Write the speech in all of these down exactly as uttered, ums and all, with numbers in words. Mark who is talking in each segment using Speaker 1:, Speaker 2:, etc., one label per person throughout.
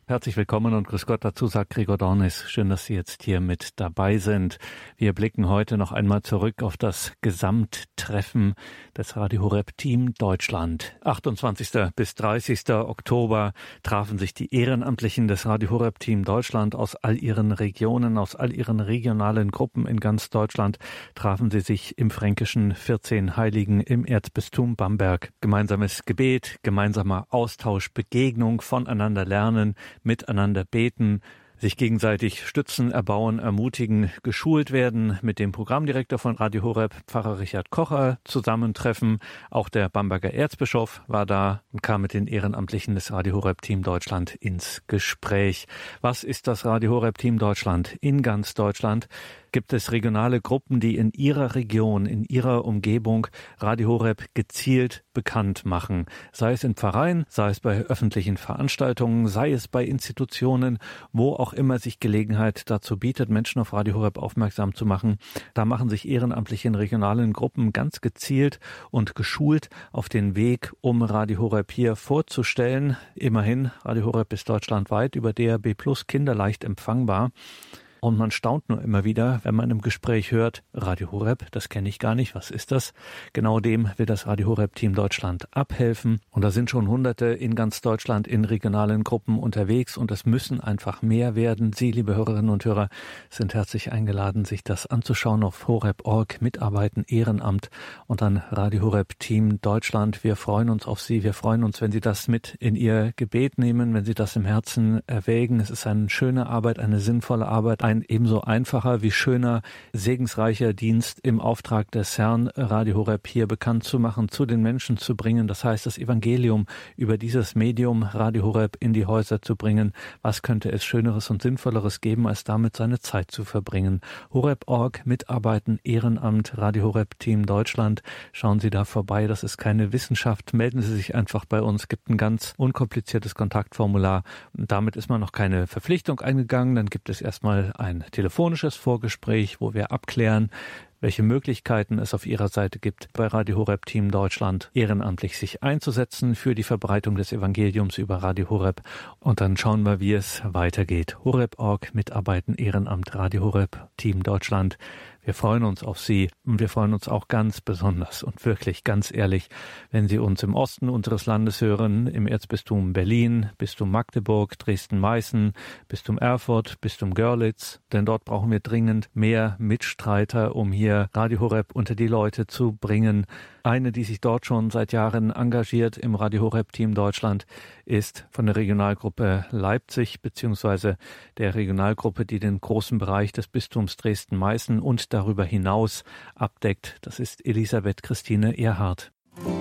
Speaker 1: Herzlich willkommen und grüß Gott, dazu sagt Gregor Dornis. Schön, dass Sie jetzt hier mit dabei sind. Wir blicken heute noch einmal zurück auf das Gesamttreffen des Radio Horeb Team Deutschland. achtundzwanzigsten bis dreißigsten Oktober trafen sich die Ehrenamtlichen des Radio Horeb Team Deutschland aus all ihren Regionen, aus all ihren regionalen Gruppen in ganz Deutschland, trafen sie sich im fränkischen vierzehn Heiligen im Erzbistum Bamberg. Gemeinsames Gebet, gemeinsamer Austausch, Begegnung, voneinander lernen, miteinander beten, sich gegenseitig stützen, erbauen, ermutigen, geschult werden, mit dem Programmdirektor von Radio Horeb, Pfarrer Richard Kocher, zusammentreffen. Auch der Bamberger Erzbischof war da und kam mit den Ehrenamtlichen des Radio Horeb Team Deutschland ins Gespräch. Was ist das Radio Horeb Team Deutschland? In ganz Deutschland gibt es regionale Gruppen, die in ihrer Region, in ihrer Umgebung Radio Horeb gezielt bekannt machen. Sei es in Pfarreien, sei es bei öffentlichen Veranstaltungen, sei es bei Institutionen, wo auch immer sich Gelegenheit dazu bietet, Menschen auf Radio Horeb aufmerksam zu machen. Da machen sich Ehrenamtliche in regionalen Gruppen ganz gezielt und geschult auf den Weg, um Radio Horeb hier vorzustellen. Immerhin, Radio Horeb ist deutschlandweit über D A B Plus kinderleicht empfangbar. Und man staunt nur immer wieder, wenn man im Gespräch hört, Radio Horeb, das kenne ich gar nicht, was ist das? Genau dem will das Radio Horeb Team Deutschland abhelfen. Und da sind schon Hunderte in ganz Deutschland in regionalen Gruppen unterwegs und es müssen einfach mehr werden. Sie, liebe Hörerinnen und Hörer, sind herzlich eingeladen, sich das anzuschauen auf horeb punkt org, Mitarbeiten, Ehrenamt und dann Radio Horeb Team Deutschland. Wir freuen uns auf Sie, wir freuen uns, wenn Sie das mit in Ihr Gebet nehmen, wenn Sie das im Herzen erwägen. Es ist eine schöne Arbeit, eine sinnvolle Arbeit, ein ebenso einfacher wie schöner, segensreicher Dienst im Auftrag des Herrn, Radio Horeb hier bekannt zu machen, zu den Menschen zu bringen. Das heißt, das Evangelium über dieses Medium Radio Horeb in die Häuser zu bringen. Was könnte es Schöneres und Sinnvolleres geben, als damit seine Zeit zu verbringen? horeb punkt org, Mitarbeiten, Ehrenamt, Radio Horeb Team Deutschland. Schauen Sie da vorbei, das ist keine Wissenschaft. Melden Sie sich einfach bei uns. Es gibt ein ganz unkompliziertes Kontaktformular. Und damit ist man noch keine Verpflichtung eingegangen. Dann gibt es erstmal ein telefonisches Vorgespräch, wo wir abklären, welche Möglichkeiten es auf Ihrer Seite gibt, bei Radio Horeb Team Deutschland ehrenamtlich sich einzusetzen für die Verbreitung des Evangeliums über Radio Horeb. Und dann schauen wir, wie es weitergeht. horeb punkt org, Mitarbeiten, Ehrenamt, Radio Horeb Team Deutschland. Wir freuen uns auf Sie und wir freuen uns auch ganz besonders und wirklich ganz ehrlich, wenn Sie uns im Osten unseres Landes hören, im Erzbistum Berlin, Bistum Magdeburg, Dresden-Meißen, Bistum Erfurt, Bistum Görlitz. Denn dort brauchen wir dringend mehr Mitstreiter, um hier Radio Horeb unter die Leute zu bringen. Eine, die sich dort schon seit Jahren engagiert im Radio Horeb Team Deutschland, ist von der Regionalgruppe Leipzig beziehungsweise der Regionalgruppe, die den großen Bereich des Bistums Dresden-Meißen und darüber hinaus abdeckt. Das ist Elisabeth Christine Erhardt.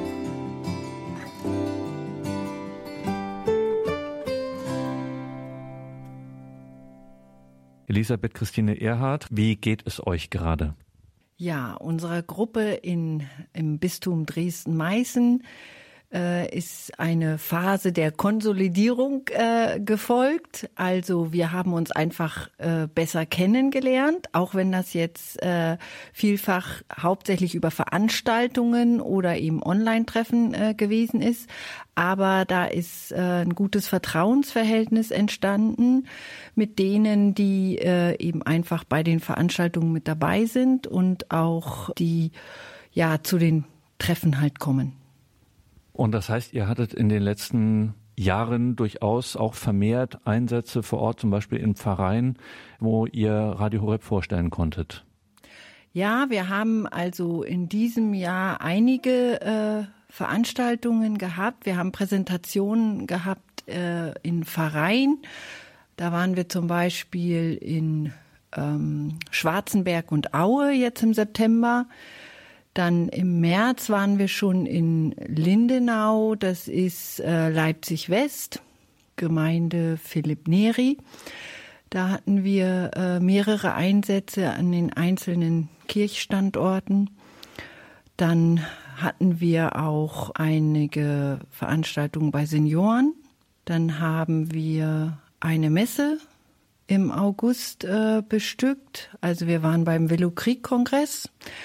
Speaker 1: Elisabeth Christine Erhardt, wie geht es euch gerade?
Speaker 2: Ja, unsere Gruppe in, im Bistum Dresden-Meißen äh, ist eine Phase der Konsolidierung äh, gefolgt. Also wir haben uns einfach äh, besser kennengelernt, auch wenn das jetzt äh, vielfach hauptsächlich über Veranstaltungen oder eben Online-Treffen äh, gewesen ist. Aber da ist äh, ein gutes Vertrauensverhältnis entstanden mit denen, die äh, eben einfach bei den Veranstaltungen mit dabei sind und auch die ja zu den Treffen halt kommen.
Speaker 1: Und das heißt, ihr hattet in den letzten Jahren durchaus auch vermehrt Einsätze vor Ort, zum Beispiel in Pfarreien, wo ihr Radio Horeb vorstellen konntet.
Speaker 2: Ja, wir haben also in diesem Jahr einige äh, Veranstaltungen gehabt. Wir haben Präsentationen gehabt äh, in Pfarreien. Da waren wir zum Beispiel in ähm, Schwarzenberg und Aue jetzt im September. Dann im März waren wir schon in Lindenau, das ist äh, Leipzig-West, Gemeinde Philipp Neri. Da hatten wir äh, mehrere Einsätze an den einzelnen Kirchstandorten. Dann hatten wir auch einige Veranstaltungen bei Senioren. Dann haben wir eine Messe im August äh, bestückt. Also wir waren beim Velokrieg-Kongress.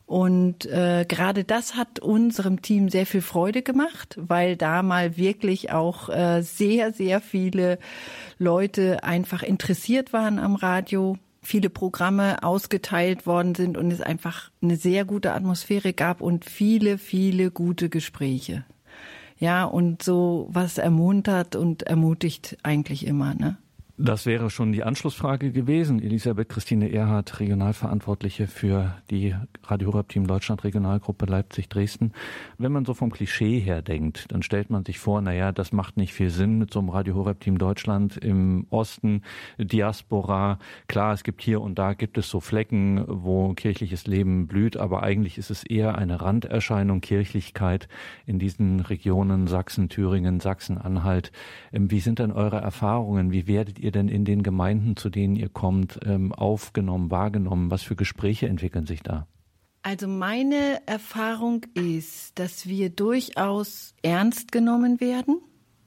Speaker 2: Und äh, gerade das hat unserem Team sehr viel Freude gemacht, weil da mal wirklich auch äh, sehr, sehr viele Leute einfach interessiert waren am Radio, viele Programme ausgeteilt worden sind und es einfach eine sehr gute Atmosphäre gab und viele, viele gute Gespräche. Ja, und so was ermuntert und ermutigt eigentlich immer, ne?
Speaker 1: Das wäre schon die Anschlussfrage gewesen. Elisabeth Christine Erhardt, Regionalverantwortliche für die Radio Horeb Team Deutschland Regionalgruppe Leipzig-Dresden. Wenn man so vom Klischee her denkt, dann stellt man sich vor, naja, das macht nicht viel Sinn mit so einem Radio Horeb Team Deutschland im Osten, Diaspora. Klar, es gibt hier und da gibt es so Flecken, wo kirchliches Leben blüht, aber eigentlich ist es eher eine Randerscheinung, Kirchlichkeit in diesen Regionen Sachsen, Thüringen, Sachsen-Anhalt. Wie sind denn eure Erfahrungen? Wie werdet ihr ihr denn in den Gemeinden, zu denen ihr kommt, aufgenommen, wahrgenommen? Was für Gespräche entwickeln sich da?
Speaker 2: Also meine Erfahrung ist, dass wir durchaus ernst genommen werden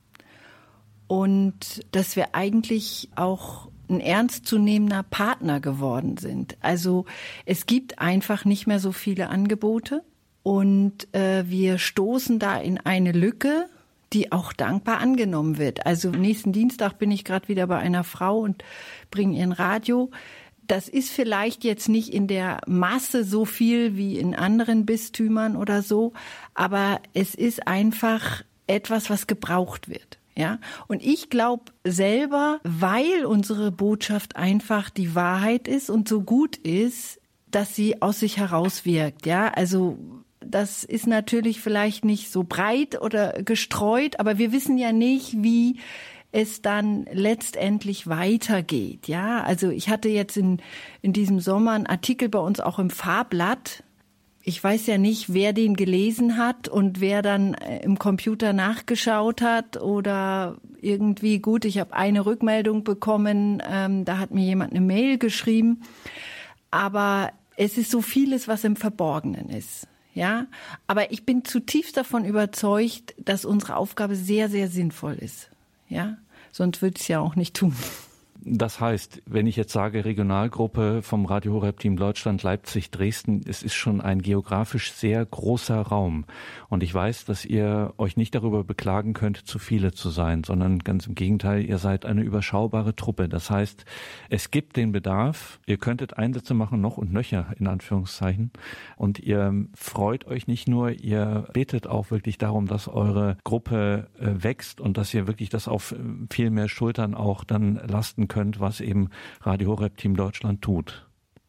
Speaker 2: und dass wir eigentlich auch ein ernstzunehmender Partner geworden sind. Also es gibt einfach nicht mehr so viele Angebote und äh, wir stoßen da in eine Lücke, die auch dankbar angenommen wird. Also nächsten Dienstag bin ich gerade wieder bei einer Frau und bringe ihr ein Radio. Das ist vielleicht jetzt nicht in der Masse so viel wie in anderen Bistümern oder so, aber es ist einfach etwas, was gebraucht wird. Ja, und ich glaube selber, weil unsere Botschaft einfach die Wahrheit ist und so gut ist, dass sie aus sich herauswirkt. Ja, also das ist natürlich vielleicht nicht so breit oder gestreut, aber wir wissen ja nicht, wie es dann letztendlich weitergeht. Ja, also ich hatte jetzt in, in diesem Sommer einen Artikel bei uns auch im Fahrblatt. Ich weiß ja nicht, wer den gelesen hat und wer dann im Computer nachgeschaut hat oder irgendwie, gut, ich habe eine Rückmeldung bekommen, ähm, da hat mir jemand eine Mail geschrieben. Aber es ist so vieles, was im Verborgenen ist. Ja, aber ich bin zutiefst davon überzeugt, dass unsere Aufgabe sehr, sehr sinnvoll ist. Ja, sonst würde ich es ja auch nicht tun.
Speaker 1: Das heißt, wenn ich jetzt sage Regionalgruppe vom Radio Horeb Team Deutschland Leipzig Dresden, es ist schon ein geografisch sehr großer Raum. Und ich weiß, dass ihr euch nicht darüber beklagen könnt, zu viele zu sein, sondern ganz im Gegenteil, ihr seid eine überschaubare Truppe. Das heißt, es gibt den Bedarf, ihr könntet Einsätze machen, noch und nöcher, in Anführungszeichen. Und ihr freut euch nicht nur, ihr betet auch wirklich darum, dass eure Gruppe wächst und dass ihr wirklich das auf viel mehr Schultern auch dann lasten könnt, was eben Radio Horeb Team Deutschland tut.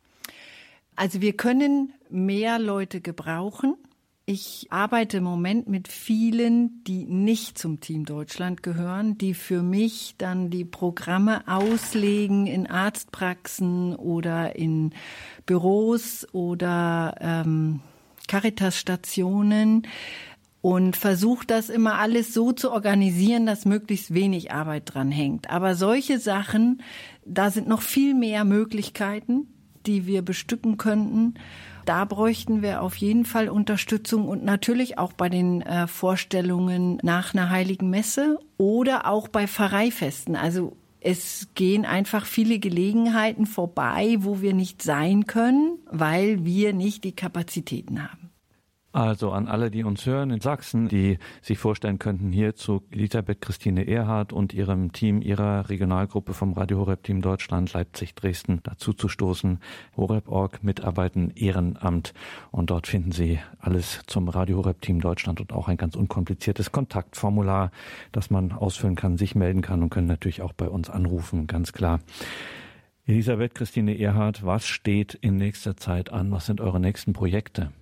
Speaker 2: Also wir können mehr Leute gebrauchen. Ich arbeite im Moment mit vielen, die nicht zum Team Deutschland gehören, die für mich dann die Programme auslegen in Arztpraxen oder in Büros oder ähm, Caritas-Stationen. Und versucht das immer alles so zu organisieren, dass möglichst wenig Arbeit dran hängt. Aber solche Sachen, da sind noch viel mehr Möglichkeiten, die wir bestücken könnten. Da bräuchten wir auf jeden Fall Unterstützung und natürlich auch bei den äh, Vorstellungen nach einer Heiligen Messe oder auch bei Pfarreifesten. Also es gehen einfach viele Gelegenheiten vorbei, wo wir nicht sein können, weil wir nicht die Kapazitäten haben.
Speaker 1: Also an alle, die uns hören in Sachsen, die sich vorstellen könnten, hier zu Elisabeth Christine Erhardt und ihrem Team, ihrer Regionalgruppe vom Radio Horeb Team Deutschland Leipzig-Dresden dazu zu stoßen. Horeb Punkt org, Mitarbeiten, Ehrenamt. Und dort finden Sie alles zum Radio Horeb Team Deutschland und auch ein ganz unkompliziertes Kontaktformular, das man ausfüllen kann, sich melden kann und können natürlich auch bei uns anrufen, ganz klar. Elisabeth Christine Erhardt, was steht in nächster Zeit an? Was sind eure nächsten Projekte?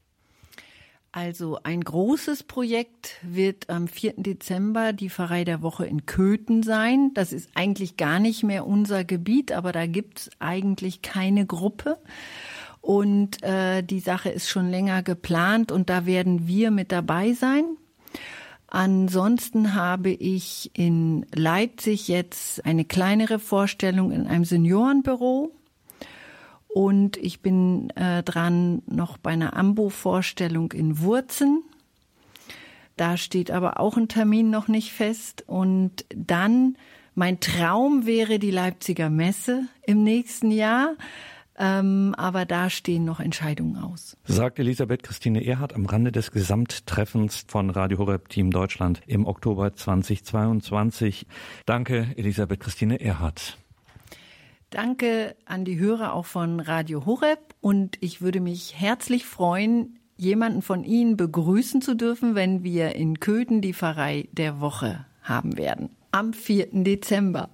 Speaker 2: Also ein großes Projekt wird am vierten Dezember die Pfarrei der Woche in Köthen sein. Das ist eigentlich gar nicht mehr unser Gebiet, aber da gibt's eigentlich keine Gruppe. Und äh, die Sache ist schon länger geplant und da werden wir mit dabei sein. Ansonsten habe ich in Leipzig jetzt eine kleinere Vorstellung in einem Seniorenbüro. Und ich bin äh, dran noch bei einer Ambo-Vorstellung in Wurzen. Da steht aber auch ein Termin noch nicht fest. Und dann, mein Traum wäre die Leipziger Messe im nächsten Jahr. Ähm, aber da stehen noch Entscheidungen aus.
Speaker 1: Sagt Elisabeth Christine Erhardt am Rande des Gesamttreffens von Radio Horeb Team Deutschland im Oktober zweitausendzweiundzwanzig. Danke, Elisabeth Christine Erhardt.
Speaker 2: Danke an die Hörer auch von Radio Horeb und ich würde mich herzlich freuen, jemanden von Ihnen begrüßen zu dürfen, wenn wir in Köthen die Pfarrei der Woche haben werden. Am vierten Dezember.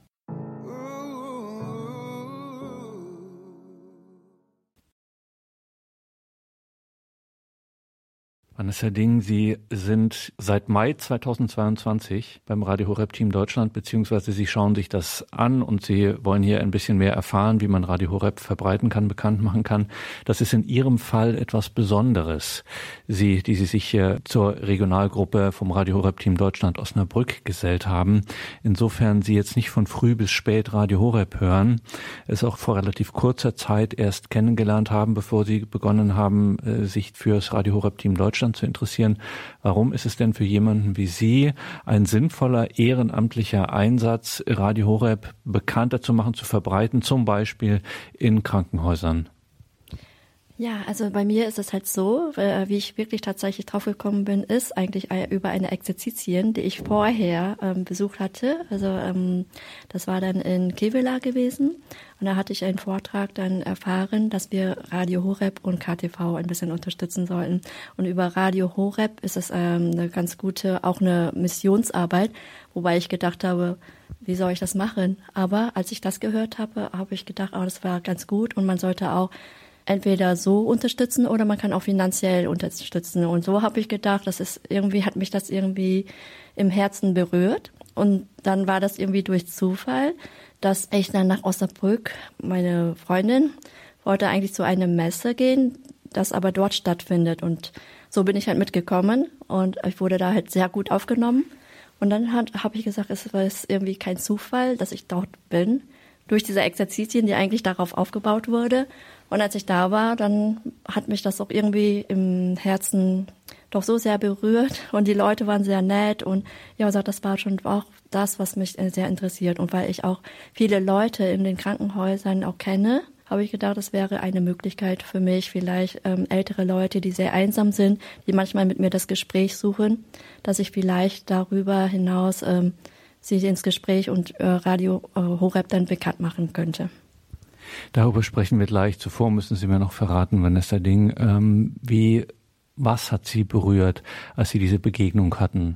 Speaker 1: Vanessa Ding, Sie sind seit Mai zweitausendzweiundzwanzig beim Radio Horeb Team Deutschland, beziehungsweise Sie schauen sich das an und Sie wollen hier ein bisschen mehr erfahren, wie man Radio Horeb verbreiten kann, bekannt machen kann. Das ist in Ihrem Fall etwas Besonderes. Sie, die Sie sich hier zur Regionalgruppe vom Radio Horeb Team Deutschland Osnabrück gesellt haben. Insofern Sie jetzt nicht von früh bis spät Radio Horeb hören, es auch vor relativ kurzer Zeit erst kennengelernt haben, bevor Sie begonnen haben, sich fürs Radio Horeb Team Deutschland zu interessieren. Warum ist es denn für jemanden wie Sie ein sinnvoller ehrenamtlicher Einsatz, Radio Horeb bekannter zu machen, zu verbreiten, zum Beispiel in Krankenhäusern?
Speaker 3: Ja, also bei mir ist es halt so, wie ich wirklich tatsächlich drauf gekommen bin, ist eigentlich über eine Exerzitien, die ich vorher ähm, besucht hatte. Also ähm, das war dann in Kevela gewesen und da hatte ich einen Vortrag dann erfahren, dass wir Radio Horeb und K T V ein bisschen unterstützen sollten. Und über Radio Horeb ist es ähm, eine ganz gute, auch eine Missionsarbeit, wobei ich gedacht habe, wie soll ich das machen? Aber als ich das gehört habe, habe ich gedacht, oh, das war ganz gut und man sollte auch entweder so unterstützen oder man kann auch finanziell unterstützen. Und so habe ich gedacht, das ist irgendwie, hat mich das irgendwie im Herzen berührt. Und dann war das irgendwie durch Zufall, dass ich dann nach Osnabrück, meine Freundin wollte eigentlich zu einer Messe gehen, das aber dort stattfindet. Und so bin ich halt mitgekommen und ich wurde da halt sehr gut aufgenommen. Und dann habe ich gesagt, es war irgendwie kein Zufall, dass ich dort bin, durch diese Exerzitien, die eigentlich darauf aufgebaut wurde. Und als ich da war, dann hat mich das auch irgendwie im Herzen doch so sehr berührt und die Leute waren sehr nett und ja, das war schon auch das, was mich sehr interessiert. Und weil ich auch viele Leute in den Krankenhäusern auch kenne, habe ich gedacht, das wäre eine Möglichkeit für mich, vielleicht ähm, ältere Leute, die sehr einsam sind, die manchmal mit mir das Gespräch suchen, dass ich vielleicht darüber hinaus ähm, sie ins Gespräch und äh, Radio äh, Horeb dann bekannt machen könnte.
Speaker 1: Darüber sprechen wir gleich. Zuvor müssen Sie mir noch verraten, Vanessa Ding, ähm, wie, was hat Sie berührt, als Sie diese Begegnung hatten?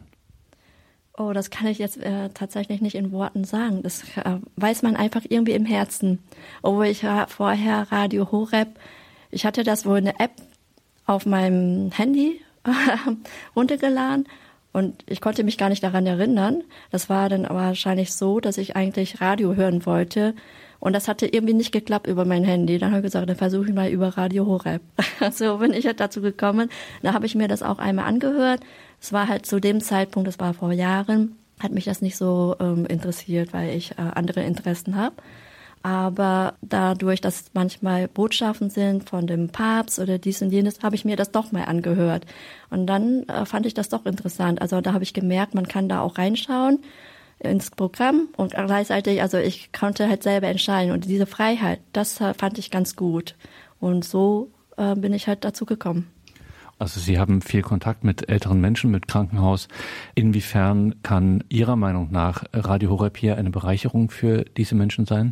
Speaker 3: Oh, das kann ich jetzt äh, tatsächlich nicht in Worten sagen. Das äh, weiß man einfach irgendwie im Herzen. Obwohl ich äh, vorher Radio Horeb, ich hatte das wohl eine App auf meinem Handy runtergeladen und ich konnte mich gar nicht daran erinnern. Das war dann aber wahrscheinlich so, dass ich eigentlich Radio hören wollte. Und das hatte irgendwie nicht geklappt über mein Handy. Dann habe ich gesagt, dann versuche ich mal über Radio Horeb. So bin ich halt dazu gekommen. Da habe ich mir das auch einmal angehört. Es war halt zu dem Zeitpunkt, das war vor Jahren, hat mich das nicht so ähm, interessiert, weil ich äh, andere Interessen habe. Aber dadurch, dass manchmal Botschaften sind von dem Papst oder dies und jenes, habe ich mir das doch mal angehört. Und dann äh, fand ich das doch interessant. Also da habe ich gemerkt, man kann da auch reinschauen ins Programm und gleichzeitig, also ich konnte halt selber entscheiden und diese Freiheit, das fand ich ganz gut und so äh, bin ich halt dazu gekommen.
Speaker 1: Also Sie haben viel Kontakt mit älteren Menschen, mit Krankenhaus. Inwiefern kann Ihrer Meinung nach Radio Horeb hier eine Bereicherung für diese Menschen sein?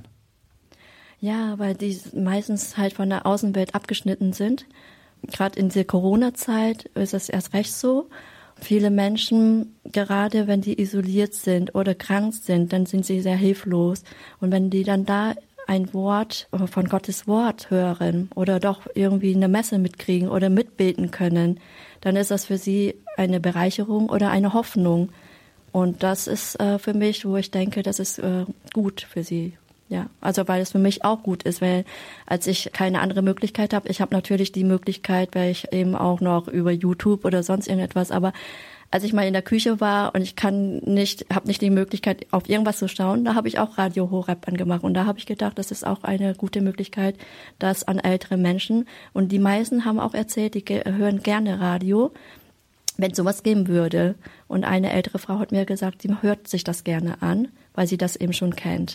Speaker 3: Ja, weil die meistens halt von der Außenwelt abgeschnitten sind. Gerade in der Corona-Zeit ist es erst recht so. Viele Menschen, gerade wenn die isoliert sind oder krank sind, dann sind sie sehr hilflos. Und wenn die dann da ein Wort von Gottes Wort hören oder doch irgendwie eine Messe mitkriegen oder mitbeten können, dann ist das für sie eine Bereicherung oder eine Hoffnung. Und das ist äh, für mich, wo ich denke, das ist äh, gut für sie. Ja, also weil es für mich auch gut ist, weil als ich keine andere Möglichkeit habe, ich habe natürlich die Möglichkeit, weil ich eben auch noch über YouTube oder sonst irgendetwas, aber als ich mal in der Küche war und ich kann nicht, habe nicht die Möglichkeit, auf irgendwas zu schauen, da habe ich auch Radio Horeb angemacht und da habe ich gedacht, das ist auch eine gute Möglichkeit, das an ältere Menschen und die meisten haben auch erzählt, die hören gerne Radio, wenn es sowas geben würde. Und eine ältere Frau hat mir gesagt, sie hört sich das gerne an, weil sie das eben schon kennt.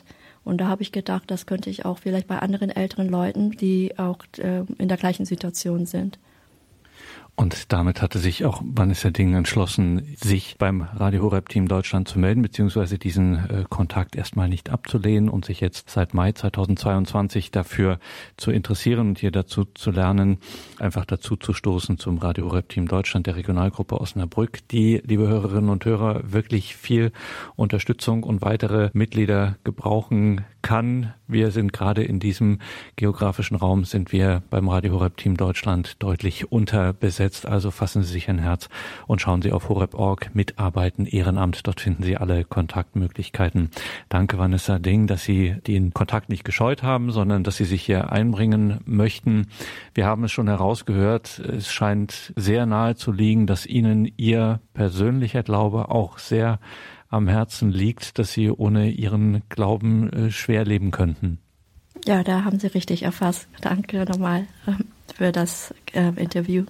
Speaker 3: Und da habe ich gedacht, das könnte ich auch vielleicht bei anderen älteren Leuten, die auch äh, in der gleichen Situation sind.
Speaker 1: Und damit hatte sich auch Vanessa Ding entschlossen, sich beim Radio Horeb Team Deutschland zu melden, beziehungsweise diesen äh, Kontakt erstmal nicht abzulehnen und sich jetzt seit Mai zweitausendzweiundzwanzig dafür zu interessieren und hier dazu zu lernen, einfach dazu zu stoßen zum Radio Horeb Team Deutschland der Regionalgruppe Osnabrück, die, liebe Hörerinnen und Hörer, wirklich viel Unterstützung und weitere Mitglieder gebrauchen kann. Wir sind gerade in diesem geografischen Raum, sind wir beim Radio Horeb Team Deutschland deutlich unterbesetzt. Also fassen Sie sich ein Herz und schauen Sie auf horeb punkt org, Mitarbeiten, Ehrenamt. Dort finden Sie alle Kontaktmöglichkeiten. Danke, Vanessa Ding, dass Sie den Kontakt nicht gescheut haben, sondern dass Sie sich hier einbringen möchten. Wir haben es schon herausgehört, es scheint sehr nahe zu liegen, dass Ihnen Ihr persönlicher Glaube auch sehr am Herzen liegt, dass Sie ohne Ihren Glauben äh, schwer leben könnten.
Speaker 3: Ja, da haben Sie richtig erfasst. Danke nochmal äh, für das äh, Interview.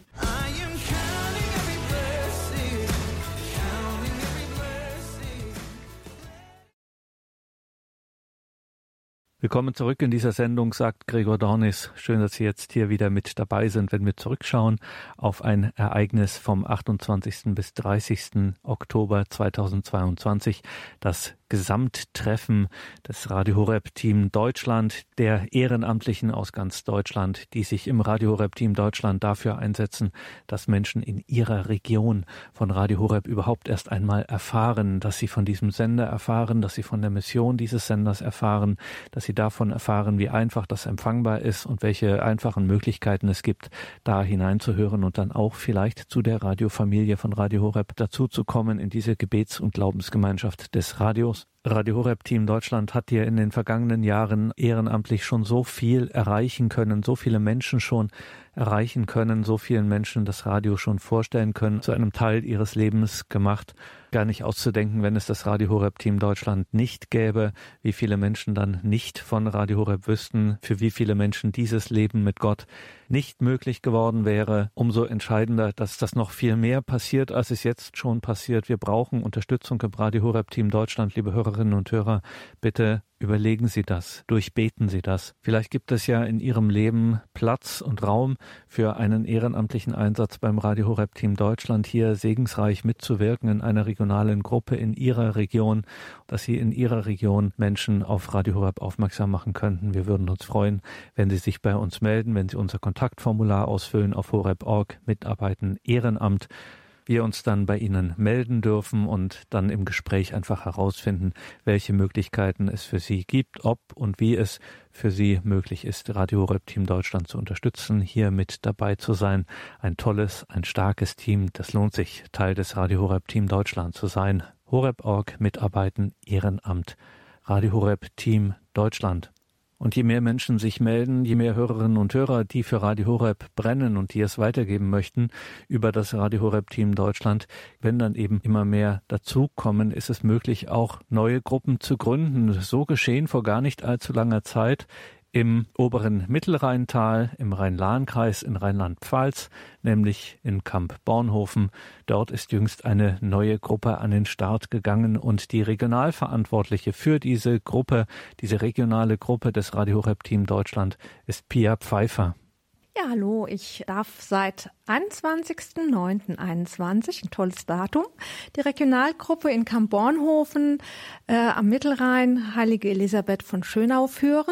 Speaker 1: Willkommen zurück in dieser Sendung, sagt Gregor Dornis. Schön, dass Sie jetzt hier wieder mit dabei sind, wenn wir zurückschauen auf ein Ereignis vom achtundzwanzigsten bis dreißigsten Oktober zweitausendzweiundzwanzig, das Gesamttreffen des Radio Horeb Team Deutschland, der Ehrenamtlichen aus ganz Deutschland, die sich im Radio Horeb Team Deutschland dafür einsetzen, dass Menschen in ihrer Region von Radio Horeb überhaupt erst einmal erfahren, dass sie von diesem Sender erfahren, dass sie von der Mission dieses Senders erfahren, dass sie davon erfahren, wie einfach das empfangbar ist und welche einfachen Möglichkeiten es gibt, da hineinzuhören und dann auch vielleicht zu der Radiofamilie von Radio Horeb dazuzukommen in diese Gebets- und Glaubensgemeinschaft des Radios. Radio Horeb Team Deutschland hat hier in den vergangenen Jahren ehrenamtlich schon so viel erreichen können, so viele Menschen schon erreichen können, so vielen Menschen das Radio schon vorstellen können, zu einem Teil ihres Lebens gemacht. Gar nicht auszudenken, wenn es das Radio Horeb Team Deutschland nicht gäbe, wie viele Menschen dann nicht von Radio Horeb wüssten, für wie viele Menschen dieses Leben mit Gott nicht möglich geworden wäre. Umso entscheidender, dass das noch viel mehr passiert, als es jetzt schon passiert. Wir brauchen Unterstützung im Radio Horeb Team Deutschland, liebe Hörerinnen und Hörer. Bitte überlegen Sie das, durchbeten Sie das. Vielleicht gibt es ja in Ihrem Leben Platz und Raum für einen ehrenamtlichen Einsatz beim Radio Horeb Team Deutschland, hier segensreich mitzuwirken in einer regionalen Gruppe in Ihrer Region, dass Sie in Ihrer Region Menschen auf Radio Horeb aufmerksam machen könnten. Wir würden uns freuen, wenn Sie sich bei uns melden, wenn Sie unser Kontaktformular ausfüllen auf horeb punkt org, Mitarbeiten, Ehrenamt. Wir uns dann bei Ihnen melden dürfen und dann im Gespräch einfach herausfinden, welche Möglichkeiten es für Sie gibt, ob und wie es für Sie möglich ist, Radio Horeb Team Deutschland zu unterstützen, hier mit dabei zu sein. Ein tolles, ein starkes Team, das lohnt sich, Teil des Radio Horeb Team Deutschland zu sein. horeb punkt org, Mitarbeiten, Ehrenamt, Radio Horeb Team Deutschland. Und je mehr Menschen sich melden, je mehr Hörerinnen und Hörer, die für Radio Horeb brennen und die es weitergeben möchten über das Radio Horeb Team Deutschland, wenn dann eben immer mehr dazukommen, ist es möglich, auch neue Gruppen zu gründen. So geschehen vor gar nicht allzu langer Zeit im oberen Mittelrheintal, im Rhein-Lahn-Kreis in Rheinland-Pfalz, nämlich in Kamp-Bornhofen. Dort ist jüngst eine neue Gruppe an den Start gegangen und die Regionalverantwortliche für diese Gruppe, diese regionale Gruppe des Radio Horeb Team Deutschland, ist Pia Pfeiffer.
Speaker 4: Ja, hallo, ich darf seit einundzwanzigsten neunten einundzwanzig, ein tolles Datum, die Regionalgruppe in Kamp-Bornhofen äh, am Mittelrhein, Heilige Elisabeth von Schönau, führen.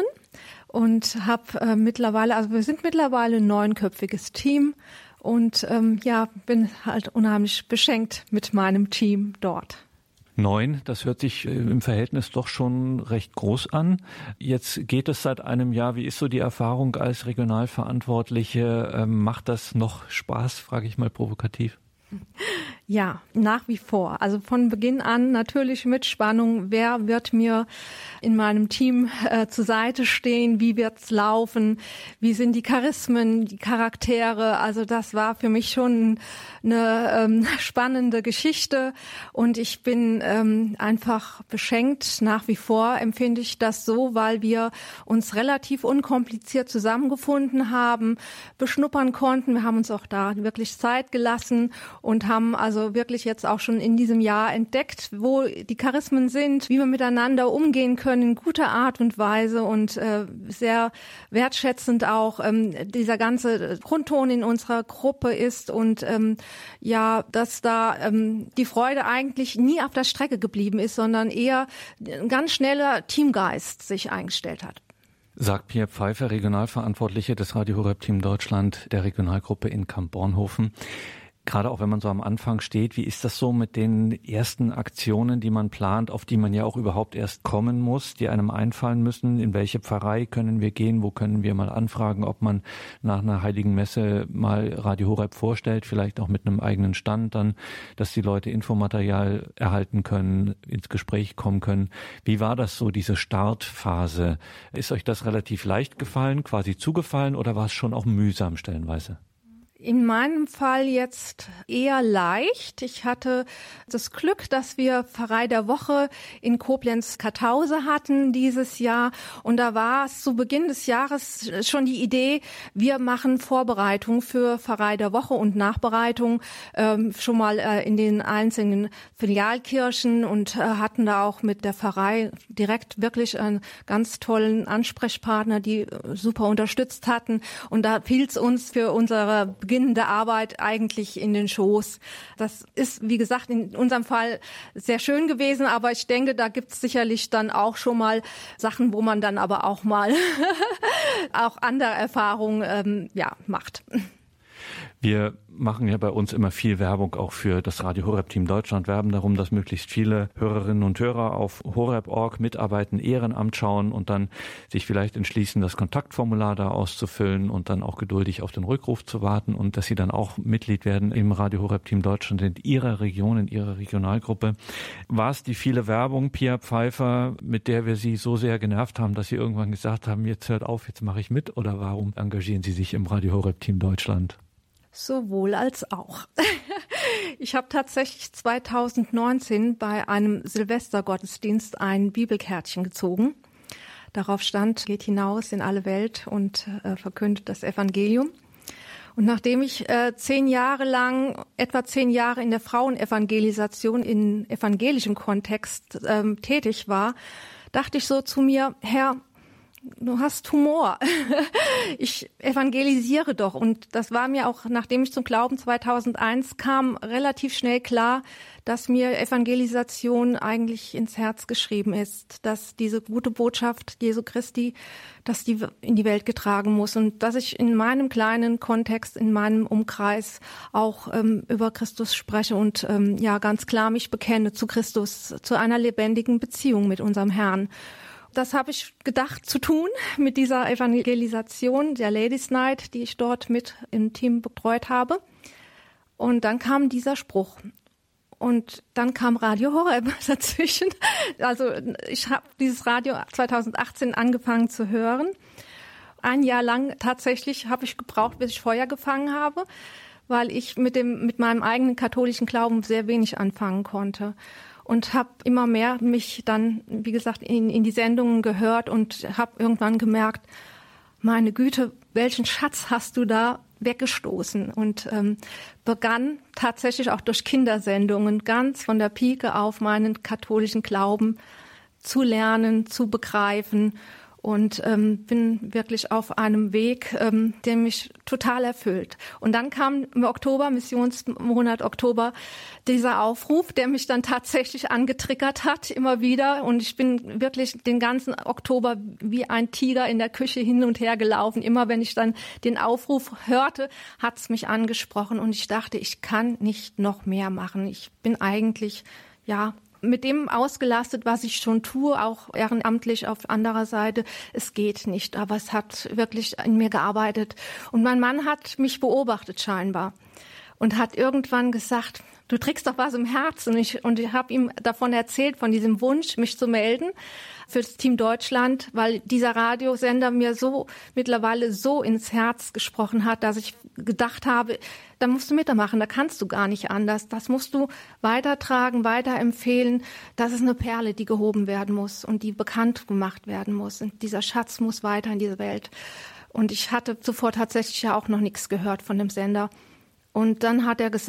Speaker 4: Und habe äh, mittlerweile, also wir sind mittlerweile ein neunköpfiges Team und ähm, ja, bin halt unheimlich beschenkt mit meinem Team dort.
Speaker 1: Neun, das hört sich im Verhältnis doch schon recht groß an. Jetzt geht es seit einem Jahr. Wie ist so die Erfahrung als Regionalverantwortliche? Ähm, macht das noch Spaß, frage ich mal provokativ?
Speaker 4: Ja, nach wie vor. Also von Beginn an natürlich mit Spannung. Wer wird mir in meinem Team äh, zur Seite stehen? Wie wird's laufen? Wie sind die Charismen, die Charaktere? Also das war für mich schon eine ähm, spannende Geschichte. Und ich bin ähm, einfach beschenkt. Nach wie vor empfinde ich das so, weil wir uns relativ unkompliziert zusammengefunden haben, beschnuppern konnten. Wir haben uns auch da wirklich Zeit gelassen und haben also also wirklich jetzt auch schon in diesem Jahr entdeckt, wo die Charismen sind, wie wir miteinander umgehen können in guter Art und Weise und äh, sehr wertschätzend auch ähm, dieser ganze Grundton in unserer Gruppe ist und ähm, ja, dass da ähm, die Freude eigentlich nie auf der Strecke geblieben ist, sondern eher ein ganz schneller Teamgeist sich eingestellt hat.
Speaker 1: Sagt Pia Pfeiffer, Regionalverantwortliche des Radio Horeb Team Deutschland der Regionalgruppe in Kamp-Bornhofen. Gerade auch wenn man so am Anfang steht, wie ist das so mit den ersten Aktionen, die man plant, auf die man ja auch überhaupt erst kommen muss, die einem einfallen müssen? In welche Pfarrei können wir gehen? Wo können wir mal anfragen, ob man nach einer Heiligen Messe mal Radio Horeb vorstellt, vielleicht auch mit einem eigenen Stand dann, dass die Leute Infomaterial erhalten können, ins Gespräch kommen können. Wie war das so, diese Startphase? Ist euch das relativ leicht gefallen, quasi zugefallen oder war es schon auch mühsam stellenweise?
Speaker 4: In meinem Fall jetzt eher leicht. Ich hatte das Glück, dass wir Pfarrei der Woche in Koblenz-Kartause hatten dieses Jahr. Und da war es zu Beginn des Jahres schon die Idee, wir machen Vorbereitung für Pfarrei der Woche und Nachbereitung ähm, schon mal äh, in den einzelnen Filialkirchen und äh, hatten da auch mit der Pfarrei direkt wirklich einen ganz tollen Ansprechpartner, die äh, super unterstützt hatten. Und da fiel es uns für unsere beginnende Arbeit eigentlich in den Schoß. Das ist, wie gesagt, in unserem Fall sehr schön gewesen, aber ich denke, da gibt es sicherlich dann auch schon mal Sachen, wo man dann aber auch mal auch andere Erfahrungen ähm, ja, macht.
Speaker 1: Wir machen ja bei uns immer viel Werbung auch für das Radio Horeb Team Deutschland, werben darum, dass möglichst viele Hörerinnen und Hörer auf horeb punkt org mitarbeiten, Ehrenamt schauen und dann sich vielleicht entschließen, das Kontaktformular da auszufüllen und dann auch geduldig auf den Rückruf zu warten und dass sie dann auch Mitglied werden im Radio Horeb Team Deutschland in ihrer Region, in ihrer Regionalgruppe. War es die viele Werbung, Pia Pfeiffer, mit der wir Sie so sehr genervt haben, dass Sie irgendwann gesagt haben, jetzt hört auf, jetzt mache ich mit, oder warum engagieren Sie sich im Radio Horeb Team Deutschland?
Speaker 4: Sowohl als auch. Ich habe tatsächlich zweitausendneunzehn bei einem Silvestergottesdienst ein Bibelkärtchen gezogen. Darauf stand, geht hinaus in alle Welt und äh, verkündet das Evangelium. Und nachdem ich äh, zehn Jahre lang, etwa zehn Jahre in der Frauenevangelisation in evangelischem Kontext ähm, tätig war, dachte ich so zu mir, Herr, du hast Humor. Ich evangelisiere doch. Und das war mir auch, nachdem ich zum Glauben zweitausendeins kam, relativ schnell klar, dass mir Evangelisation eigentlich ins Herz geschrieben ist, dass diese gute Botschaft Jesu Christi, dass die in die Welt getragen muss und dass ich in meinem kleinen Kontext, in meinem Umkreis auch ähm, über Christus spreche und ähm, ja ganz klar mich bekenne zu Christus, zu einer lebendigen Beziehung mit unserem Herrn. Das habe ich gedacht zu tun mit dieser Evangelisation der Ladies Night, die ich dort mit im Team betreut habe. Und dann kam dieser Spruch. Und dann kam Radio Horeb dazwischen. Also ich habe dieses Radio zweitausendachtzehn angefangen zu hören. Ein Jahr lang tatsächlich habe ich gebraucht, bis ich Feuer gefangen habe, weil ich mit dem mit meinem eigenen katholischen Glauben sehr wenig anfangen konnte. Und habe immer mehr mich dann, wie gesagt, in, in die Sendungen gehört und habe irgendwann gemerkt, meine Güte, welchen Schatz hast du da weggestoßen? Und ähm, begann tatsächlich auch durch Kindersendungen ganz von der Pike auf meinen katholischen Glauben zu lernen, zu begreifen. Und ähm, bin wirklich auf einem Weg, ähm, der mich total erfüllt. Und dann kam im Oktober, Missionsmonat Oktober, dieser Aufruf, der mich dann tatsächlich angetriggert hat, immer wieder. Und ich bin wirklich den ganzen Oktober wie ein Tiger in der Küche hin und her gelaufen. Immer wenn ich dann den Aufruf hörte, hat es mich angesprochen. Und ich dachte, ich kann nicht noch mehr machen. Ich bin eigentlich, ja, mit dem ausgelastet, was ich schon tue, auch ehrenamtlich auf anderer Seite. Es geht nicht, aber es hat wirklich in mir gearbeitet. Und mein Mann hat mich beobachtet scheinbar und hat irgendwann gesagt, du trägst doch was im Herzen. Und ich, und ich habe ihm davon erzählt, von diesem Wunsch, mich zu melden für das Team Deutschland, weil dieser Radiosender mir so mittlerweile so ins Herz gesprochen hat, dass ich gedacht habe, da musst du mitmachen, da kannst du gar nicht anders. Das musst du weitertragen, weiterempfehlen. Das ist eine Perle, die gehoben werden muss und die bekannt gemacht werden muss. Und dieser Schatz muss weiter in diese Welt. Und ich hatte zuvor tatsächlich ja auch noch nichts gehört von dem Sender. Und dann hat er gesagt,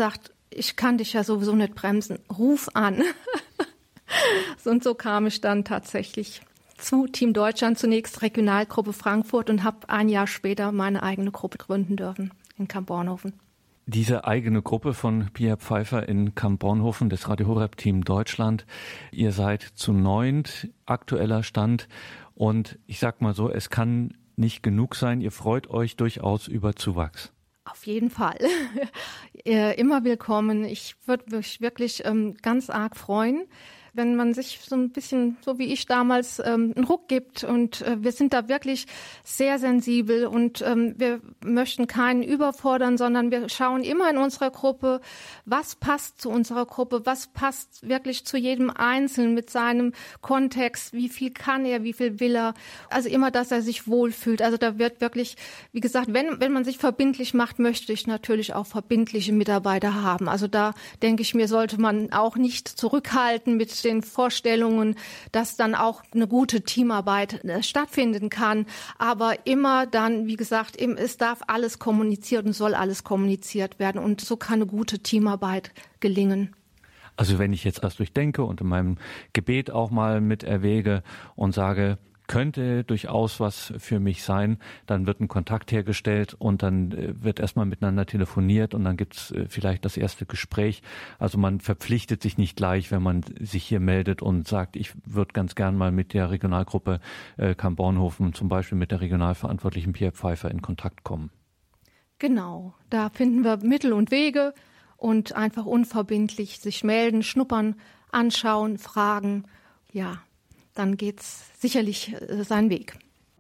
Speaker 4: ich kann dich ja sowieso nicht bremsen, ruf an. Und so kam ich dann tatsächlich zu Team Deutschland, zunächst Regionalgruppe Frankfurt, und habe ein Jahr später meine eigene Gruppe gründen dürfen in Kamp-Bornhofen.
Speaker 1: Diese eigene Gruppe von Pia Pfeiffer in Kamp-Bornhofen, das Radio Horeb Team Deutschland. Ihr seid zu neunt, aktueller Stand. Und ich sag mal so, es kann nicht genug sein. Ihr freut euch durchaus über Zuwachs.
Speaker 4: Auf jeden Fall. Immer willkommen. Ich würde mich wirklich ähm, ganz arg freuen, wenn man sich so ein bisschen, so wie ich damals, ähm, einen Ruck gibt. Und äh, wir sind da wirklich sehr sensibel und ähm, wir möchten keinen überfordern, sondern wir schauen immer in unserer Gruppe, was passt zu unserer Gruppe, was passt wirklich zu jedem Einzelnen mit seinem Kontext, wie viel kann er, wie viel will er. Also immer, dass er sich wohlfühlt. Also da wird wirklich, wie gesagt, wenn, wenn man sich verbindlich macht, möchte ich natürlich auch verbindliche Mitarbeiter haben. Also da denke ich mir, sollte man auch nicht zurückhalten mit den Vorstellungen, dass dann auch eine gute Teamarbeit stattfinden kann. Aber immer dann, wie gesagt, es darf alles kommuniziert und soll alles kommuniziert werden. Und so kann eine gute Teamarbeit gelingen.
Speaker 1: Also wenn ich jetzt erst durchdenke und in meinem Gebet auch mal mit erwäge und sage, könnte durchaus was für mich sein, dann wird ein Kontakt hergestellt und dann wird erstmal miteinander telefoniert und dann gibt's vielleicht das erste Gespräch. Also man verpflichtet sich nicht gleich, wenn man sich hier meldet und sagt, ich würde ganz gern mal mit der Regionalgruppe äh, Kamp-Bornhofen, zum Beispiel mit der Regionalverantwortlichen Pia Pfeiffer, in Kontakt kommen.
Speaker 4: Genau, da finden wir Mittel und Wege und einfach unverbindlich sich melden, schnuppern, anschauen, fragen, ja. Dann geht's sicherlich äh, seinen Weg.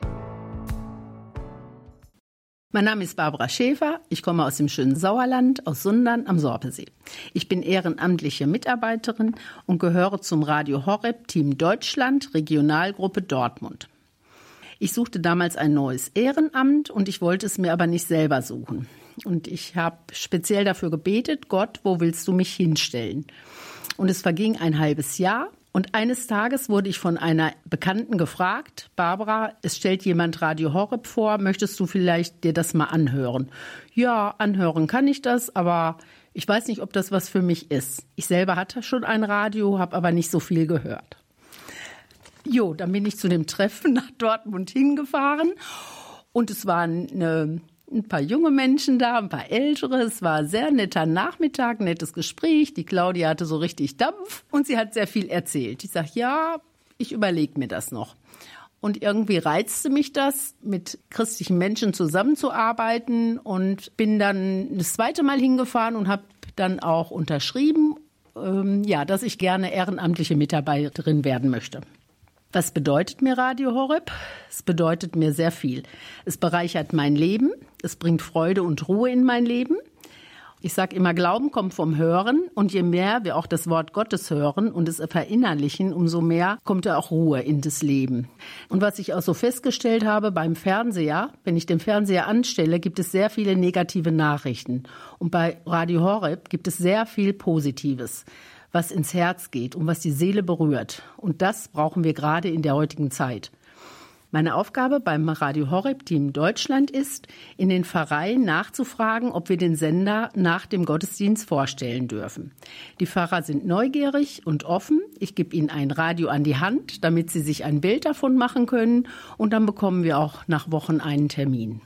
Speaker 5: Mein Name ist Barbara Schäfer. Ich komme aus dem schönen Sauerland, aus Sundern am Sorpesee. Ich bin ehrenamtliche Mitarbeiterin und gehöre zum Radio Horeb Team Deutschland, Regionalgruppe Dortmund. Ich suchte damals ein neues Ehrenamt und ich wollte es mir aber nicht selber suchen. Und ich habe speziell dafür gebetet, Gott, wo willst du mich hinstellen? Und es verging ein halbes Jahr. Und eines Tages wurde ich von einer Bekannten gefragt, Barbara, es stellt jemand Radio Horeb vor, möchtest du vielleicht dir das mal anhören? Ja, anhören kann ich das, aber ich weiß nicht, ob das was für mich ist. Ich selber hatte schon ein Radio, habe aber nicht so viel gehört. Jo, dann bin ich zu dem Treffen nach Dortmund hingefahren und es waren eine ein paar junge Menschen da, ein paar ältere. Es war ein sehr netter Nachmittag, nettes Gespräch. Die Claudia hatte so richtig Dampf und sie hat sehr viel erzählt. Ich sage, ja, ich überlege mir das noch. Und irgendwie reizte mich das, mit christlichen Menschen zusammenzuarbeiten und bin dann das zweite Mal hingefahren und habe dann auch unterschrieben, ähm, ja, dass ich gerne ehrenamtliche Mitarbeiterin werden möchte. Was bedeutet mir Radio Horeb? Es bedeutet mir sehr viel. Es bereichert mein Leben, es bringt Freude und Ruhe in mein Leben. Ich sage immer, Glauben kommt vom Hören und je mehr wir auch das Wort Gottes hören und es verinnerlichen, umso mehr kommt da auch Ruhe in das Leben. Und was ich auch so festgestellt habe beim Fernseher, wenn ich den Fernseher anstelle, gibt es sehr viele negative Nachrichten. Und bei Radio Horeb gibt es sehr viel Positives, was ins Herz geht und was die Seele berührt. Und das brauchen wir gerade in der heutigen Zeit. Meine Aufgabe beim Radio Horeb Team Deutschland ist, in den Pfarreien nachzufragen, ob wir den Sender nach dem Gottesdienst vorstellen dürfen. Die Pfarrer sind neugierig und offen. Ich gebe ihnen ein Radio an die Hand, damit sie sich ein Bild davon machen können. Und dann bekommen wir auch nach Wochen einen Termin.